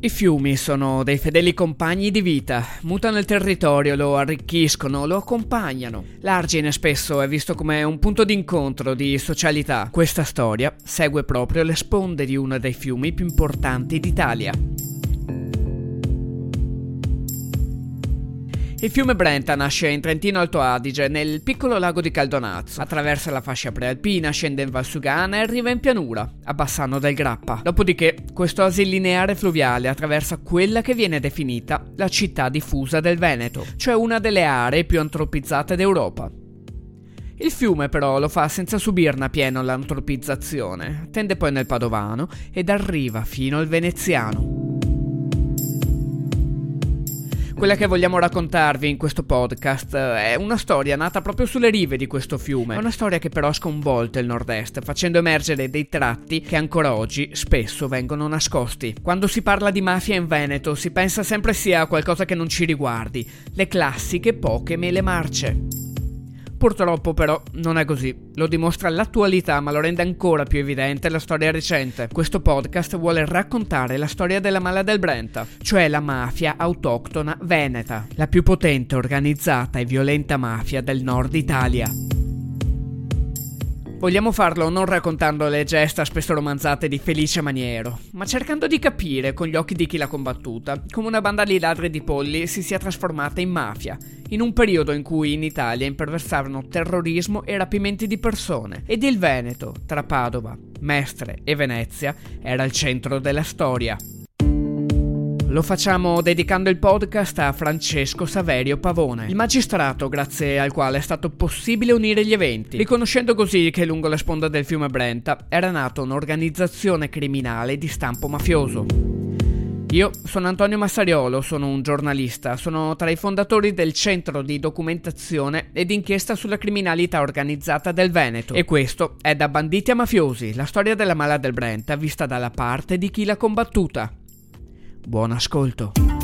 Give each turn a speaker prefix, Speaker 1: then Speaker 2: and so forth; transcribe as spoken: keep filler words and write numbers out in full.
Speaker 1: I fiumi sono dei fedeli compagni di vita, mutano il territorio, lo arricchiscono, lo accompagnano. L'Argine spesso è visto come un punto d'incontro di socialità. Questa storia segue proprio le sponde di uno dei fiumi più importanti d'Italia. Il fiume Brenta nasce in Trentino Alto Adige, nel piccolo lago di Caldonazzo. Attraversa la fascia prealpina, scende in Valsugana e arriva in pianura, a Bassano del Grappa. Dopodiché, questo asilineare fluviale attraversa quella che viene definita la città diffusa del Veneto, cioè una delle aree più antropizzate d'Europa. Il fiume però lo fa senza subirne a pieno l'antropizzazione, tende poi nel Padovano ed arriva fino al Veneziano. Quella che vogliamo raccontarvi in questo podcast è una storia nata proprio sulle rive di questo fiume. È una storia che però ha sconvolto il nord-est, facendo emergere dei tratti che ancora oggi spesso vengono nascosti. Quando si parla di mafia in Veneto si pensa sempre sia qualcosa che non ci riguardi, le classiche poche mele marce. Purtroppo però non è così, lo dimostra l'attualità ma lo rende ancora più evidente la storia recente. Questo podcast vuole raccontare la storia della Mala del Brenta, cioè la mafia autoctona veneta, la più potente, organizzata e violenta mafia del nord Italia. Vogliamo farlo non raccontando le gesta spesso romanzate di Felice Maniero, ma cercando di capire con gli occhi di chi l'ha combattuta come una banda di ladri di polli si sia trasformata in mafia, in un periodo in cui in Italia imperversavano terrorismo e rapimenti di persone, ed il Veneto, tra Padova, Mestre e Venezia, era il centro della storia. Lo facciamo dedicando il podcast a Francesco Saverio Pavone, il magistrato grazie al quale è stato possibile unire gli eventi, riconoscendo così che lungo la sponda del fiume Brenta era nata un'organizzazione criminale di stampo mafioso. Io sono Antonio Massariolo, sono un giornalista, sono tra i fondatori del Centro di Documentazione ed Inchiesta sulla Criminalità Organizzata del Veneto, e questo è Da Banditi a Mafiosi, la storia della Mala del Brenta vista dalla parte di chi l'ha combattuta. Buon ascolto.